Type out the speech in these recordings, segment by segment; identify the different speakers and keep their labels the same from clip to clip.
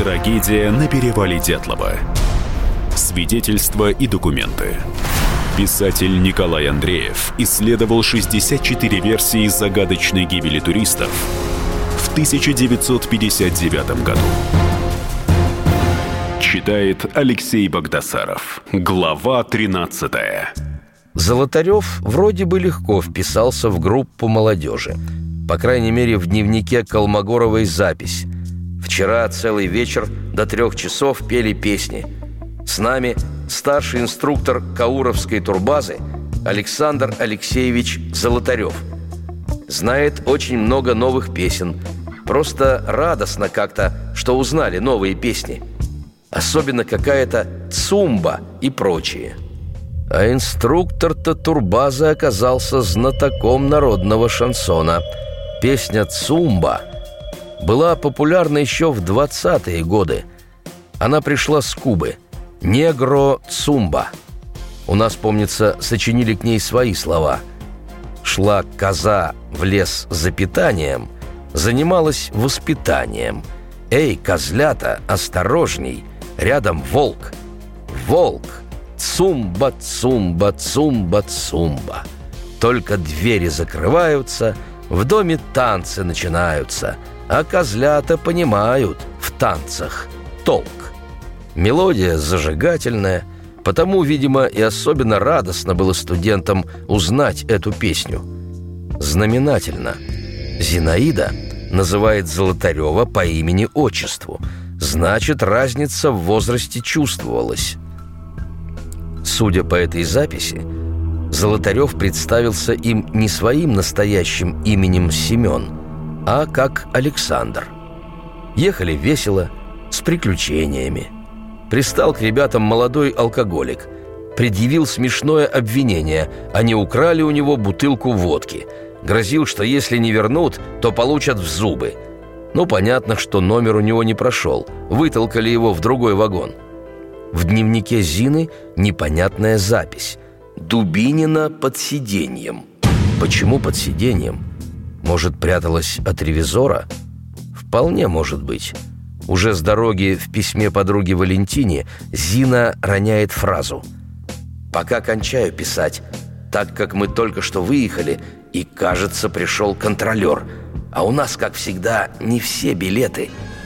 Speaker 1: Трагедия на перевале Дятлова. Свидетельства и документы. Писатель Николай Андреев исследовал 64 версии загадочной гибели туристов в 1959 году. Читает Алексей Багдасаров. Глава 13.
Speaker 2: Золотарев вроде бы легко вписался в группу молодежи. По крайней мере, в дневнике Колмогоровой запись: «Вчера целый вечер до 3 часов пели песни. С нами старший инструктор Кауровской турбазы Александр Алексеевич Золотарев. Знает очень много новых песен. Просто радостно как-то, что узнали новые песни. Особенно какая-то «Цумба» и прочие». А инструктор-то турбазы оказался знатоком народного шансона. Песня «Цумба» была популярна еще в 20-е годы. Она пришла с Кубы. «Негро-цумба». У нас, помнится, сочинили к ней свои слова. Шла коза в лес за питанием, занималась воспитанием. Эй, козлята, осторожней, рядом волк. Волк, цумба, цумба, цумба, цумба. Только двери закрываются, в доме танцы начинаются, а козлята понимают в танцах толк. Мелодия зажигательная, потому, видимо, и особенно радостно было студентам узнать эту песню. Знаменательно. Зинаида называет Золотарева по имени-отчеству. Значит, разница в возрасте чувствовалась. Судя по этой записи, Золотарев представился им не своим настоящим именем Семен, а как Александр. Ехали весело, с приключениями. Пристал к ребятам молодой алкоголик. Предъявил смешное обвинение. Они украли у него бутылку водки. Грозил, что если не вернут, то получат в зубы. Ну, понятно, что номер у него не прошел. Вытолкали его в другой вагон. В дневнике Зины непонятная запись: «Дубинина под сиденьем». Почему под сиденьем? Может, пряталась от ревизора? Вполне может быть. Уже с дороги в письме подруге Валентине Зина роняет фразу: «Пока кончаю писать, так как мы только что выехали, и, кажется, пришел контролер. А у нас, как всегда, не все билеты».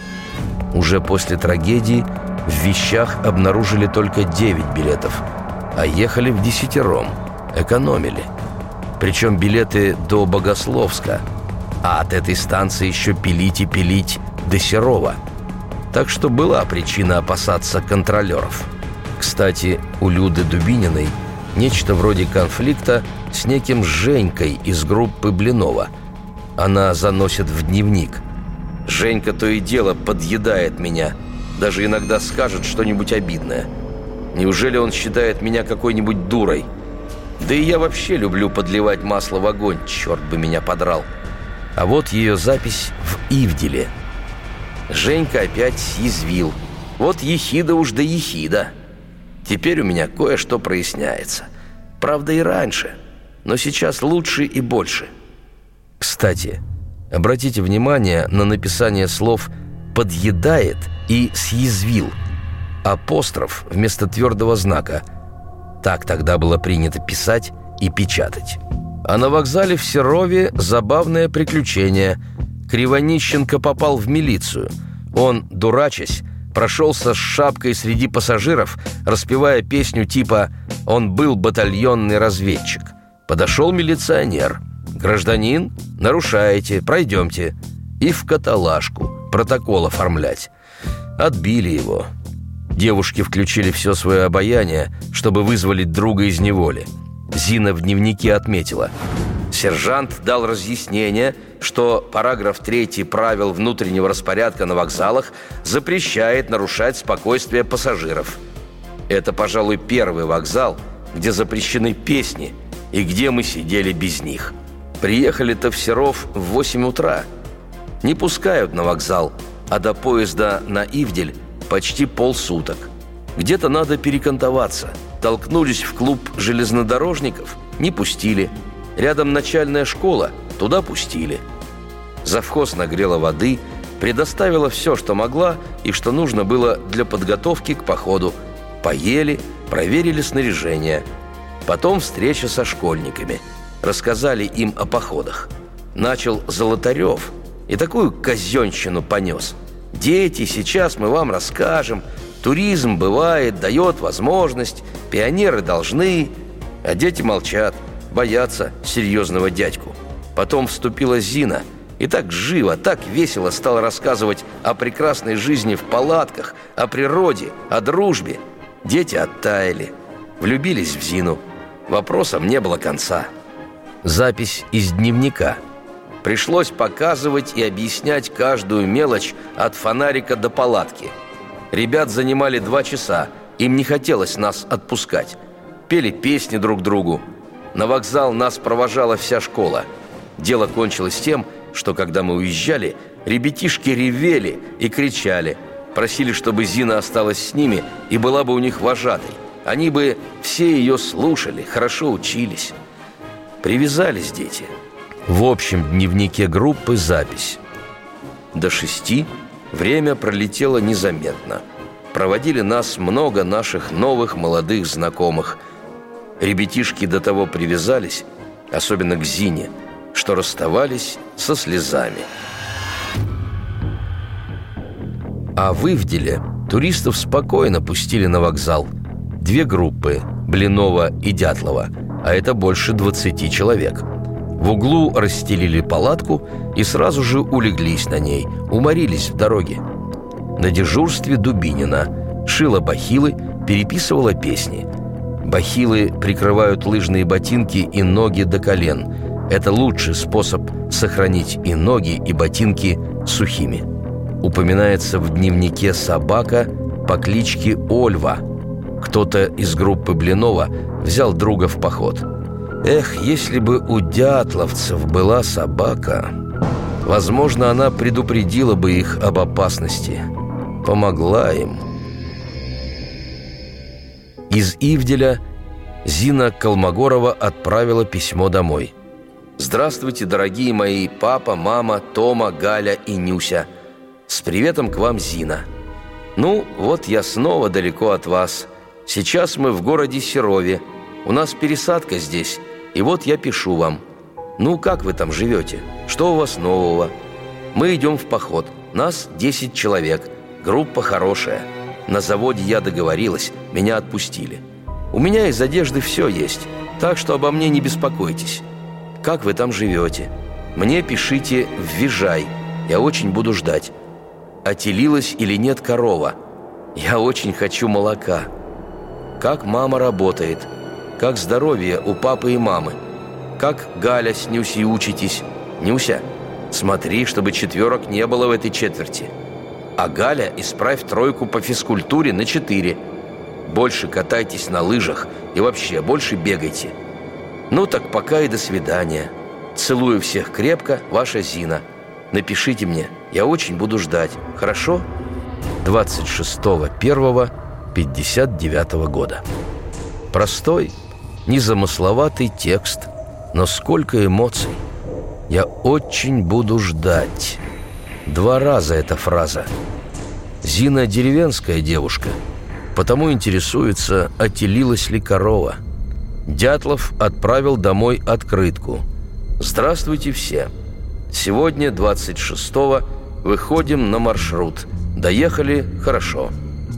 Speaker 2: Уже после трагедии в вещах обнаружили только 9 билетов, а ехали в 10-ром, экономили. Причем билеты до Богословска, а от этой станции еще пилить и пилить до Серова. Так что была причина опасаться контролеров. Кстати, у Люды Дубининой нечто вроде конфликта с неким Женькой из группы Блинова. Она заносит в дневник: «Женька то и дело подъедает меня, даже иногда скажет что-нибудь обидное. Неужели он считает меня какой-нибудь дурой? Да и я вообще люблю подливать масло в огонь, черт бы меня подрал». А вот ее запись в Ивделе. Женька опять съязвил. Вот ехида уж да ехида. Теперь у меня кое-что проясняется. Правда, и раньше, но сейчас лучше и больше. Кстати, обратите внимание на написание слов «подъедает» и «съязвил». Апостроф вместо твердого знака. Так тогда было принято писать и печатать. А на вокзале в Серове забавное приключение. Кривонищенко попал в милицию. Он, дурачась, прошелся с шапкой среди пассажиров, распевая песню типа «Он был батальонный разведчик». Подошел милиционер: «Гражданин, нарушаете, пройдемте». И в каталажку протокол оформлять. Отбили его. Девушки включили все свое обаяние, чтобы вызволить друга из неволи. Зина в дневнике отметила: «Сержант дал разъяснение, что параграф 3 правил внутреннего распорядка на вокзалах запрещает нарушать спокойствие пассажиров. Это, пожалуй, первый вокзал, где запрещены песни и где мы сидели без них. Приехали-то в Серов в 8 утра. Не пускают на вокзал, а до поезда на Ивдель почти полсуток. Где-то надо перекантоваться. Толкнулись в клуб железнодорожников, не пустили. Рядом начальная школа, туда пустили. Завхоз нагрела воды, Предоставила все, что могла и что нужно было для подготовки к походу. Поели, проверили снаряжение. Потом встреча со школьниками. Рассказали им о походах. Начал Золотарев и такую казенщину понес. «Дети, сейчас мы вам расскажем. Туризм бывает, дает возможность. Пионеры должны». А дети молчат, боятся серьезного дядьку. Потом вступила Зина и так живо, так весело стала рассказывать о прекрасной жизни в палатках, о природе, о дружбе. Дети оттаяли, влюбились в Зину. Вопросам не было конца. Запись из дневника. Пришлось показывать и объяснять каждую мелочь от фонарика до палатки. Ребят занимали 2 часа, им не хотелось нас отпускать. Пели песни друг другу. На вокзал нас провожала вся школа. Дело кончилось тем, что когда мы уезжали, ребятишки ревели и кричали. Просили, чтобы Зина осталась с ними и была бы у них вожатой. Они бы все ее слушали, хорошо учились. Привязались дети. В общем дневнике группы запись. До 6 время пролетело незаметно. Проводили нас много наших новых молодых знакомых. Ребятишки до того привязались, особенно к Зине, что расставались со слезами. А в Ивделе туристов спокойно пустили на вокзал. 2 группы – Блинова и Дятлова, а это больше 20 человек. В углу расстелили палатку и сразу же улеглись на ней, уморились в дороге. На дежурстве Дубинина шила бахилы, переписывала песни. Бахилы прикрывают лыжные ботинки и ноги до колен. Это лучший способ сохранить и ноги, и ботинки сухими. Упоминается в дневнике собака по кличке Ольва. Кто-то из группы Блинова взял друга в поход. Эх, если бы у дятловцев была собака, возможно, она предупредила бы их об опасности, помогла им. Из Ивделя Зина Колмогорова отправила письмо домой. «Здравствуйте, дорогие мои папа, мама, Тома, Галя и Нюся. С приветом к вам, Зина. Ну, вот я снова далеко от вас. Сейчас мы в городе Серове. У нас пересадка здесь, и вот я пишу вам. Ну, как вы там живете? Что у вас нового? Мы идем в поход. Нас 10 человек. Группа хорошая. На заводе я договорилась, меня отпустили. У меня из одежды все есть, так что обо мне не беспокойтесь. Как вы там живете? Мне пишите в Вижай, я очень буду ждать. Отелилась или нет корова? Я очень хочу молока. Как мама работает? Как здоровье у папы и мамы? Как Галя с Нюсей учитесь? Нюся, смотри, чтобы 4 не было в этой четверти. А Галя, исправь 3 по физкультуре на 4. Больше катайтесь на лыжах и вообще больше бегайте. Ну так пока и до свидания. Целую всех крепко, ваша Зина. Напишите мне, я очень буду ждать. Хорошо? 26.01.59 года. Простой, незамысловатый текст, но сколько эмоций. Я очень буду ждать. 2 раза эта фраза. Зина деревенская девушка, потому интересуется, отелилась ли корова. Дятлов отправил домой открытку. «Здравствуйте все. Сегодня, 26-го, выходим на маршрут. Доехали хорошо.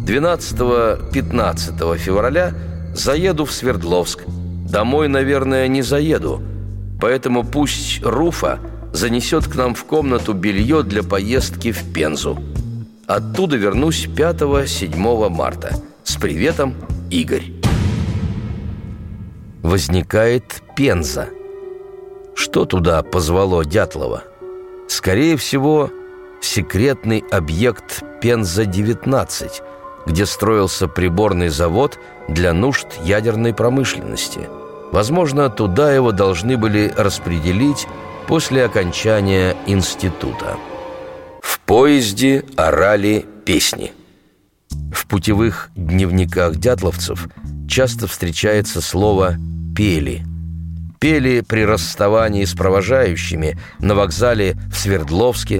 Speaker 2: 12-15 февраля заеду в Свердловск. Домой, наверное, не заеду, поэтому пусть Руфа занесет к нам в комнату белье для поездки в Пензу. Оттуда вернусь 5-7 марта. С приветом, Игорь». Возникает Пенза. Что туда позвало Дятлова? Скорее всего, секретный объект Пенза-19, где строился приборный завод для нужд ядерной промышленности. Возможно, туда его должны были распределить после окончания института. В поезде орали песни. В путевых дневниках дятловцев часто встречается слово «пели». Пели при расставании с провожающими на вокзале в Свердловске,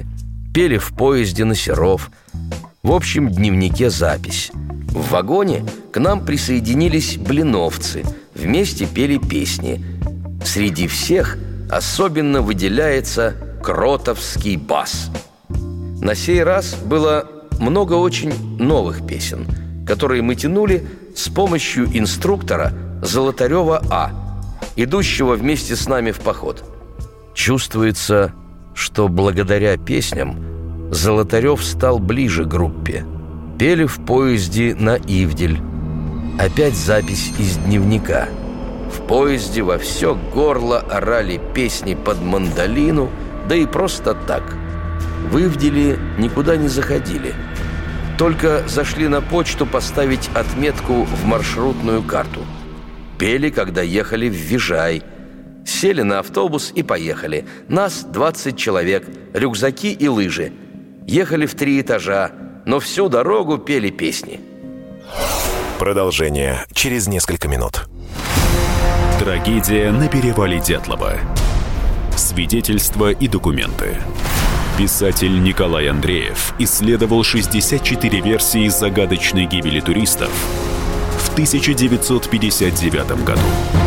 Speaker 2: пели в поезде на Серов. В общем дневнике запись. В вагоне к нам присоединились блиновцы, вместе пели песни. Среди всех особенно выделяется кротовский бас. На сей раз было много очень новых песен, которые мы тянули с помощью инструктора Золотарева А., идущего вместе с нами в поход. Чувствуется, что благодаря песням Золотарев стал ближе к группе. Пели в поезде на Ивдель. Опять запись из дневника. В поезде во все горло орали песни под мандолину, да и просто так. В Ивделе никуда не заходили. Только зашли на почту поставить отметку в маршрутную карту. Пели, когда ехали в Вижай. Сели на автобус и поехали. Нас 20 человек, рюкзаки и лыжи. Ехали в 3 этажа, но всю дорогу пели песни.
Speaker 3: Продолжение через несколько минут.
Speaker 1: Трагедия на перевале Дятлова. Свидетельства и документы. Писатель Николай Андреев исследовал 64 версии загадочной гибели туристов в 1959 году.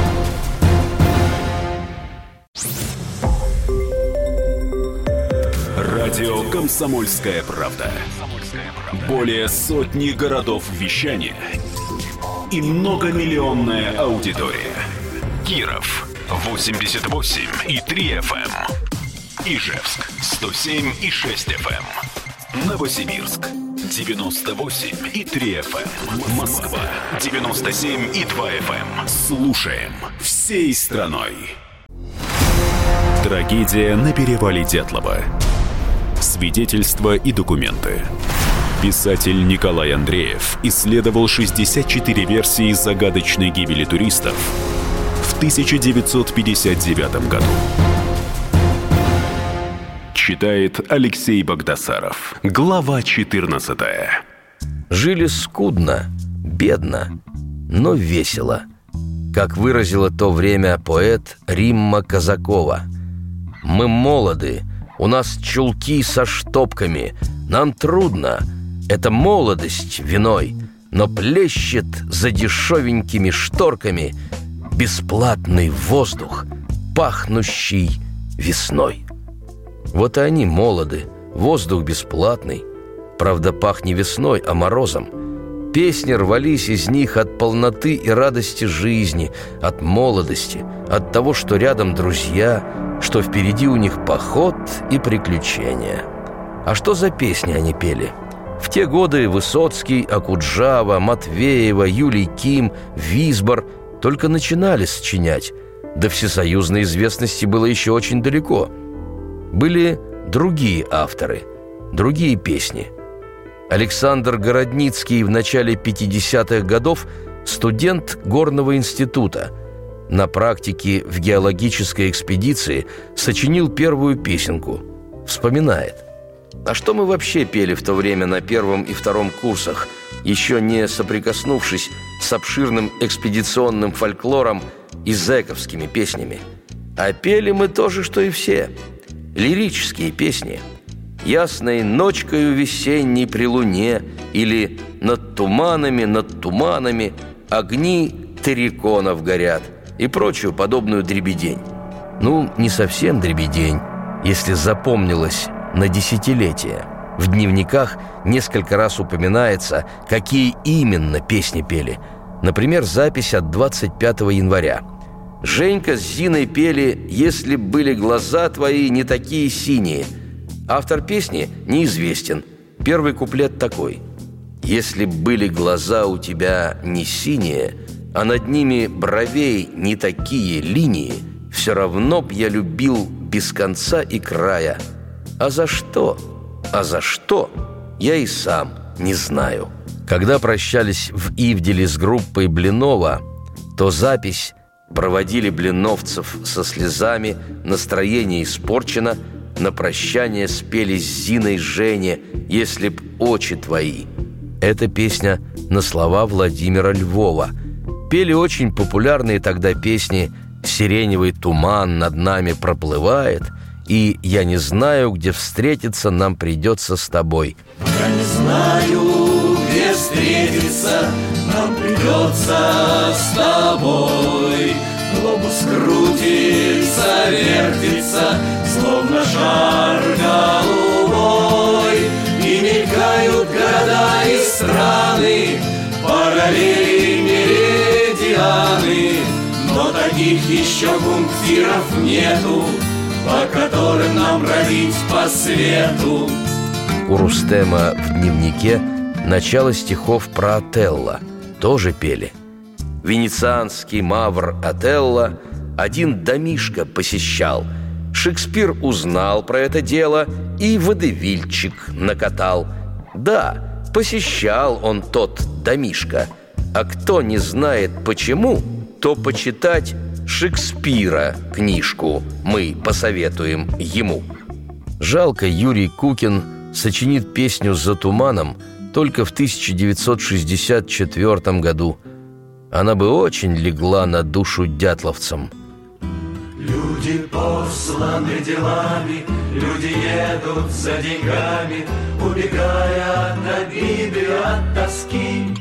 Speaker 1: Радио «Комсомольская правда». Более сотни городов вещания и многомиллионная аудитория. Киров 88,3 FM. Ижевск 107,6 FM. Новосибирск 98,3 FM. Москва 97,2 FM. Слушаем всей страной. Трагедия на перевале Дятлова. Свидетельства и документы. Писатель Николай Андреев исследовал 64 версии загадочной гибели туристов в 1959 году. Читает Алексей Богдасаров. Глава 14.
Speaker 2: Жили скудно, бедно, но весело. Как выразила то время поэт Римма Казакова: «Мы молоды, у нас чулки со штопками, нам трудно, это молодость виной, но плещет за дешевенькими шторками бесплатный воздух, пахнущий весной». Вот и они молоды, воздух бесплатный. Правда, пахнет весной, а морозом. Песни рвались из них от полноты и радости жизни, от молодости, от того, что рядом друзья, что впереди у них поход и приключения. А что за песни они пели? В те годы Высоцкий, Акуджава, Матвеева, Юлий Ким, Висбор только начинали сочинять. До всесоюзной известности было еще очень далеко. Были другие авторы, другие песни. Александр Городницкий в начале 50-х годов студент Горного института. На практике в геологической экспедиции сочинил первую песенку. Вспоминает: «А что мы вообще пели в то время на 1 и 2 курсах, еще не соприкоснувшись с обширным экспедиционным фольклором и зэковскими песнями? А пели мы то же, что и все. Лирические песни. «Ясной ночкою весенней при луне» или над туманами огни терриконов горят» и прочую подобную дребедень. Ну, не совсем дребедень, если запомнилось на десятилетия. В дневниках несколько раз упоминается, какие именно песни пели. Например, запись от 25 января. Женька с Зиной пели «Если б были глаза твои не такие синие». Автор песни неизвестен. Первый куплет такой: «Если б были глаза у тебя не синие, а над ними бровей не такие линии, все равно б я любил без конца и края. А за что? Я и сам не знаю». Когда прощались в Ивделе с группой Блинова, то запись проводили блиновцев со слезами, настроение испорчено, на прощание спели с Зиной Жене «Если б очи твои». Эта песня на слова Владимира Львова. Пели очень популярные тогда песни «Сиреневый туман над нами проплывает» и «Я не знаю, где встретиться нам придется с тобой».
Speaker 3: Я не знаю, где встретиться нам придется с тобой. Глобус крутится, вертится, словно шар голубой, и мелькают города и страны, параллели, меридианы, но таких еще пунктиров нету, по которым нам бродить по свету.
Speaker 2: У Рустема в дневнике начало стихов про Отелло. Тоже пели. Венецианский мавр Отелло один домишко посещал. Шекспир узнал про это дело и водевильчик накатал. Да, посещал он тот домишко. А кто не знает почему, то почитать Шекспира книжку мы посоветуем ему. Жалко, Юрий Кукин сочинит песню «За туманом» только в 1964 году. Она бы очень легла на душу дятловцам.
Speaker 3: Люди посланы делами, люди едут за деньгами, убегая от обиды, от тоски.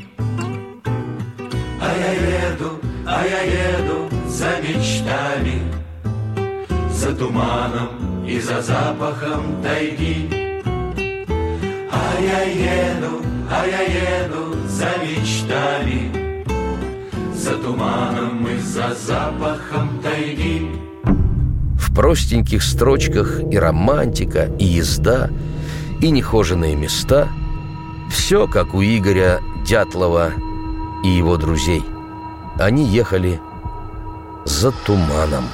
Speaker 3: А я еду за мечтами, за туманом и за запахом тайги. А я еду за мечтами, за туманом и за запахом тайги.
Speaker 2: В простеньких строчках и романтика, и езда, и нехоженые места. Все как у Игоря Дятлова и его друзей. Они ехали за туманом.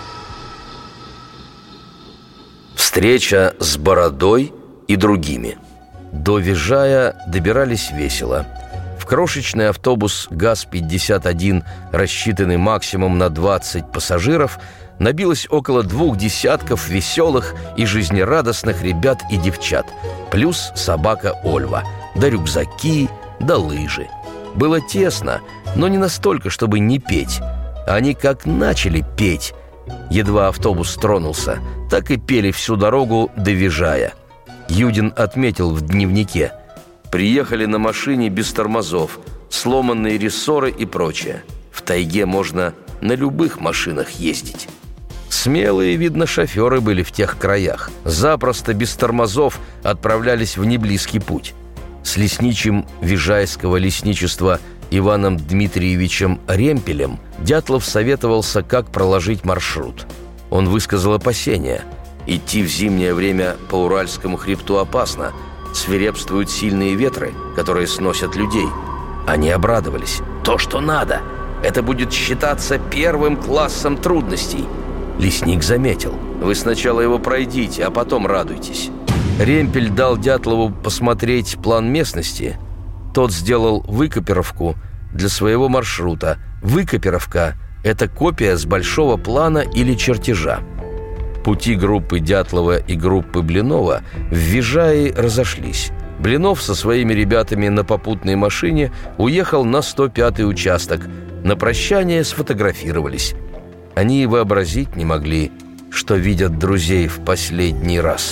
Speaker 2: Встреча с Бородой и другими. До Вежая добирались весело. В крошечный автобус ГАЗ-51, рассчитанный максимум на 20 пассажиров, набилось около 20 веселых и жизнерадостных ребят и девчат, плюс собака Ольва, да рюкзаки, да лыжи. Было тесно, но не настолько, чтобы не петь. Они как начали петь. Едва автобус тронулся, так и пели всю дорогу до Вежая. Юдин отметил в дневнике: приехали на машине без тормозов, сломанные рессоры и прочее. В тайге можно на любых машинах ездить. Смелые, видно, шоферы были в тех краях. Запросто без тормозов отправлялись в неблизкий путь. С лесничим Вежайского лесничества Иваном Дмитриевичем Ремпелем Дятлов советовался, как проложить маршрут. Он высказал опасения. Идти в зимнее время по Уральскому хребту опасно. Свирепствуют сильные ветры, которые сносят людей. Они обрадовались. То, что надо. Это будет считаться первым классом трудностей. Лесник заметил: вы сначала его пройдите, а потом радуйтесь. Ремпель дал Дятлову посмотреть план местности. Тот сделал выкопировку для своего маршрута. Выкопировка – это копия с большого плана или чертежа. Пути группы Дятлова и группы Блинова в Вежае разошлись. Блинов со своими ребятами на попутной машине уехал на 105-й участок. На прощание сфотографировались. Они и вообразить не могли, что видят друзей в последний раз.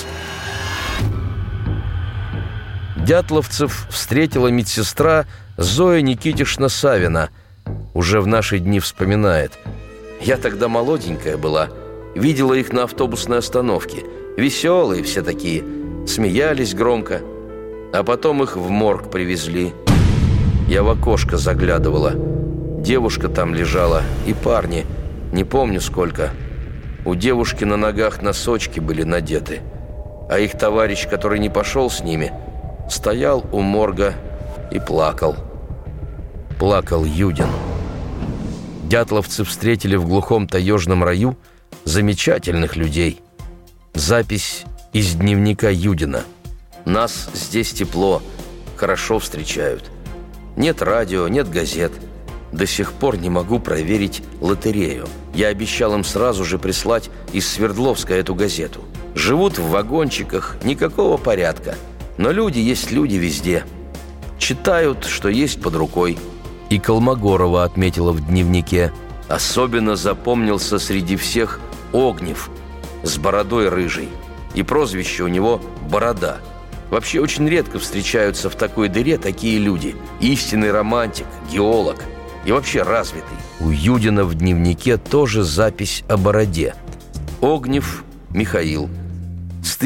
Speaker 2: Дятловцев встретила медсестра Зоя Никитишна Савина. Уже в наши дни вспоминает: «Я тогда молоденькая была, видела их на автобусной остановке. Веселые все такие, смеялись громко. А потом их в морг привезли. Я в окошко заглядывала. Девушка там лежала и парни, не помню сколько. У девушки на ногах носочки были надеты. А их товарищ, который не пошел с ними, стоял у морга и плакал. Плакал Юдин». Дятловцы встретили в глухом таежном раю замечательных людей. Запись из дневника Юдина. «Нас здесь тепло, хорошо встречают. Нет радио, нет газет. До сих пор не могу проверить лотерею. Я обещал им сразу же прислать из Свердловска эту газету. Живут в вагончиках, никакого порядка. Но люди есть люди везде. Читают, что есть под рукой». И Колмогорова отметила в дневнике: особенно запомнился среди всех Огнев с бородой рыжей. и прозвище у него «Борода». Вообще очень редко встречаются в такой дыре такие люди. Истинный романтик, геолог и вообще развитый. У Юдина в дневнике тоже запись о бороде. Огнев Михаил. С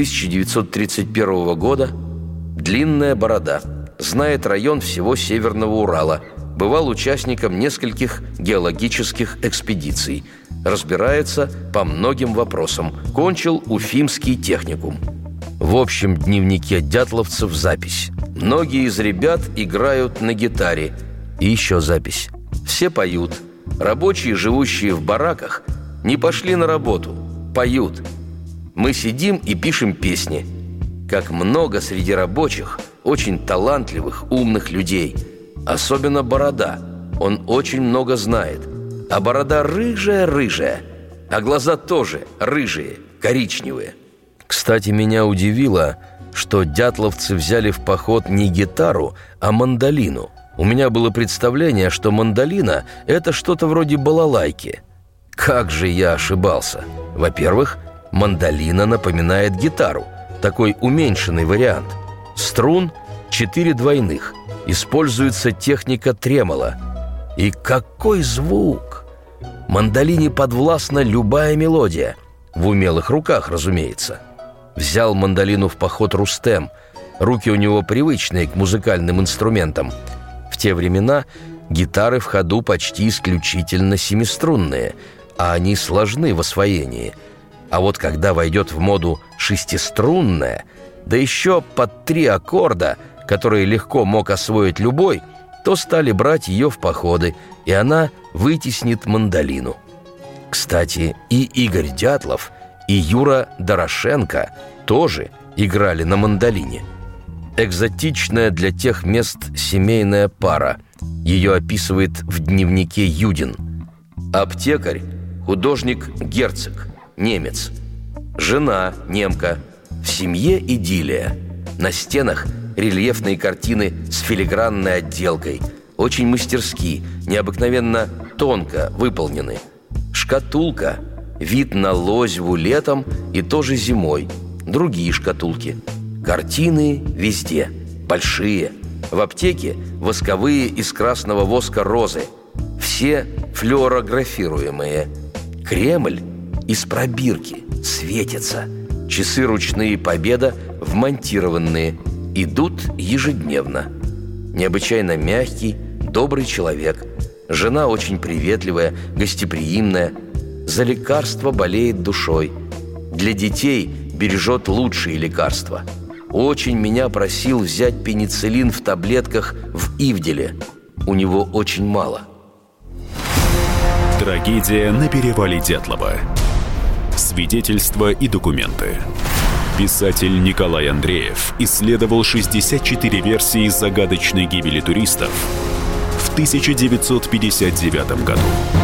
Speaker 2: 1931 года длинная борода. Знает район всего Северного Урала. Бывал участником нескольких геологических экспедиций. Разбирается по многим вопросам. Кончил Уфимский техникум. В общем дневнике дятловцев запись. Многие из ребят играют на гитаре. И еще запись. Все поют. Рабочие, живущие в бараках, не пошли на работу. Поют. Мы сидим и пишем песни. Как много среди рабочих очень талантливых, умных людей. Особенно Борода. Он очень много знает. А борода рыжая-рыжая. А глаза тоже рыжие, коричневые. Кстати, меня удивило, что дятловцы взяли в поход не гитару, а мандолину. У меня было представление, что мандолина – это что-то вроде балалайки. Как же я ошибался. Во-первых, мандолина напоминает гитару. Такой уменьшенный вариант. Струн 4 двойных. Используется техника тремоло. И какой звук! Мандолине подвластна любая мелодия. В умелых руках, разумеется. Взял мандолину в поход Рустем. Руки у него привычные к музыкальным инструментам. В те времена гитары в ходу почти исключительно семиструнные, а они сложны в освоении. А вот когда войдет в моду шестиструнная, да еще под 3 аккорда, которые легко мог освоить любой, то стали брать ее в походы, и она вытеснит мандолину. Кстати, и Игорь Дятлов, и Юра Дорошенко тоже играли на мандолине. Экзотичная для тех мест семейная пара. Ее описывает в дневнике Юдин. Аптекарь, художник Герцог, немец. Жена, немка. В семье идиллия. На стенах рельефные картины с филигранной отделкой. Очень мастерски, необыкновенно тонко выполнены. Шкатулка. Вид на Лозьву летом и тоже зимой. Другие шкатулки. Картины везде. Большие. В аптеке восковые из красного воска розы. Все флюорографируемые. Кремль из пробирки. Светится. Часы ручные «Победа» вмонтированные. Идут ежедневно. Необычайно мягкий, добрый человек. Жена очень приветливая, гостеприимная. За лекарство болеет душой. Для детей бережет лучшие лекарства. Очень меня просил взять пенициллин в таблетках в Ивделе. У него очень мало.
Speaker 1: Трагедия на перевале Дятлова. Свидетельства и документы. Писатель Николай Андреев исследовал 64 версии загадочной гибели туристов в 1959 году.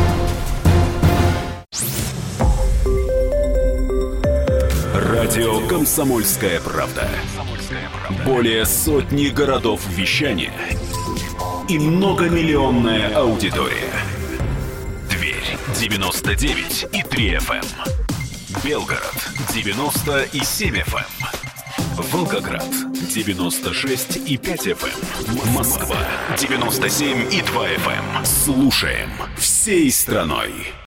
Speaker 1: Радио «Комсомольская правда». Более сотни городов вещания и многомиллионная аудитория. Тверь 99,3 FM. Белгород 90,7 FM. Волгоград 96,5 FM. Москва 97,2 FM. Слушаем всей страной.